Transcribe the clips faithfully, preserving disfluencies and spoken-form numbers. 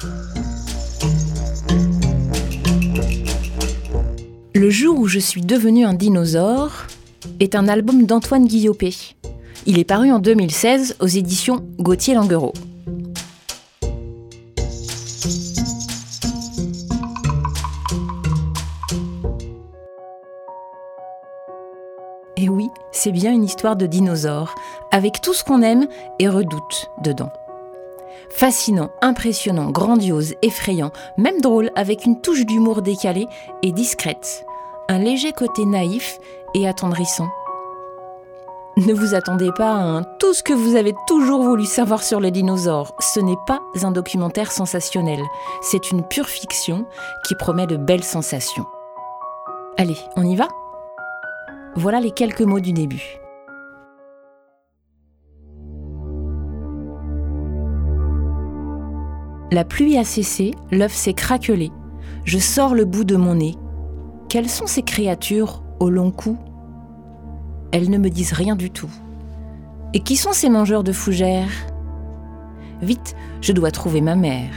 Le jour où je suis devenu un dinosaure est un album d'Antoine Guillopé. Il est paru en deux mille seize aux éditions Gauthier-Languereau. Et oui, c'est bien une histoire de dinosaures, avec tout ce qu'on aime et redoute dedans. Fascinant, impressionnant, grandiose, effrayant, même drôle, avec une touche d'humour décalée et discrète. Un léger côté naïf et attendrissant. Ne vous attendez pas à un « tout ce que vous avez toujours voulu savoir sur les dinosaures ». Ce n'est pas un documentaire sensationnel. C'est une pure fiction qui promet de belles sensations. Allez, on y va ? Voilà les quelques mots du début. La pluie a cessé, l'œuf s'est craquelé. Je sors le bout de mon nez. Quelles sont ces créatures au long cou ? Elles ne me disent rien du tout. Et qui sont ces mangeurs de fougères ? Vite, je dois trouver ma mère.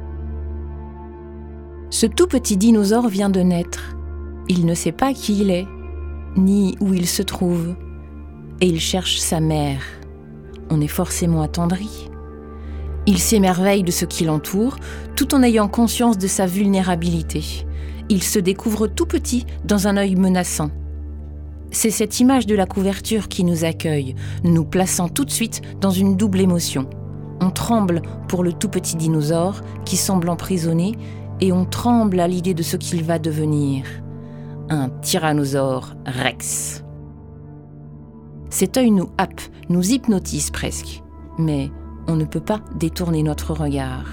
Ce tout petit dinosaure vient de naître. Il ne sait pas qui il est, ni où il se trouve. Et il cherche sa mère. On est forcément attendri. Il s'émerveille de ce qui l'entoure, tout en ayant conscience de sa vulnérabilité. Il se découvre tout petit dans un œil menaçant. C'est cette image de la couverture qui nous accueille, nous plaçant tout de suite dans une double émotion. On tremble pour le tout petit dinosaure qui semble emprisonné et on tremble à l'idée de ce qu'il va devenir. Un tyrannosaure rex. Cet œil nous happe, nous hypnotise presque, mais on ne peut pas détourner notre regard.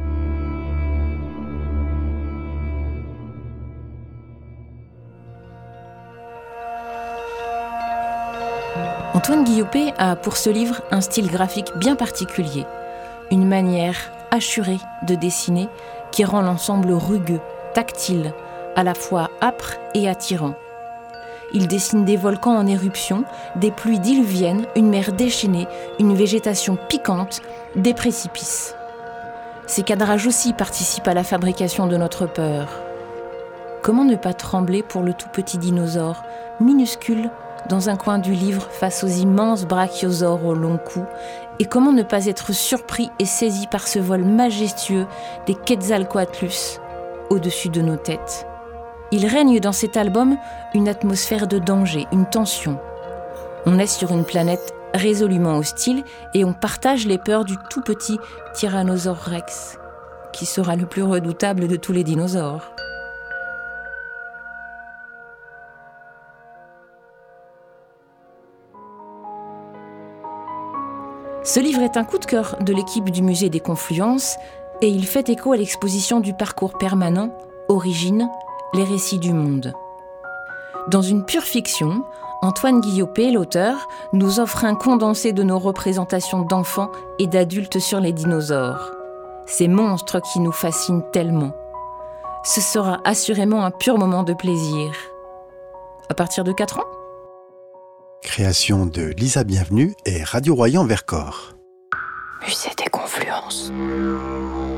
Antoine Guillopé a pour ce livre un style graphique bien particulier, une manière assurée de dessiner qui rend l'ensemble rugueux, tactile, à la fois âpre et attirant. Il dessine des volcans en éruption, des pluies diluviennes, une mer déchaînée, une végétation piquante, des précipices. Ces cadrages aussi participent à la fabrication de notre peur. Comment ne pas trembler pour le tout petit dinosaure, minuscule, dans un coin du livre face aux immenses brachiosaures au long cou, et comment ne pas être surpris et saisi par ce vol majestueux des Quetzalcoatlus au-dessus de nos têtes. Il règne dans cet album une atmosphère de danger, une tension. On est sur une planète résolument hostile et on partage les peurs du tout petit Tyrannosaure Rex, qui sera le plus redoutable de tous les dinosaures. Ce livre est un coup de cœur de l'équipe du Musée des Confluences et il fait écho à l'exposition du parcours permanent « Origine, les récits du monde ». Dans une pure fiction, Antoine Guillopé, l'auteur, nous offre un condensé de nos représentations d'enfants et d'adultes sur les dinosaures. Ces monstres qui nous fascinent tellement. Ce sera assurément un pur moment de plaisir. À partir de quatre ans ? Création de Lisa Bienvenue et Radio Royan Vercors. Musée des Confluences.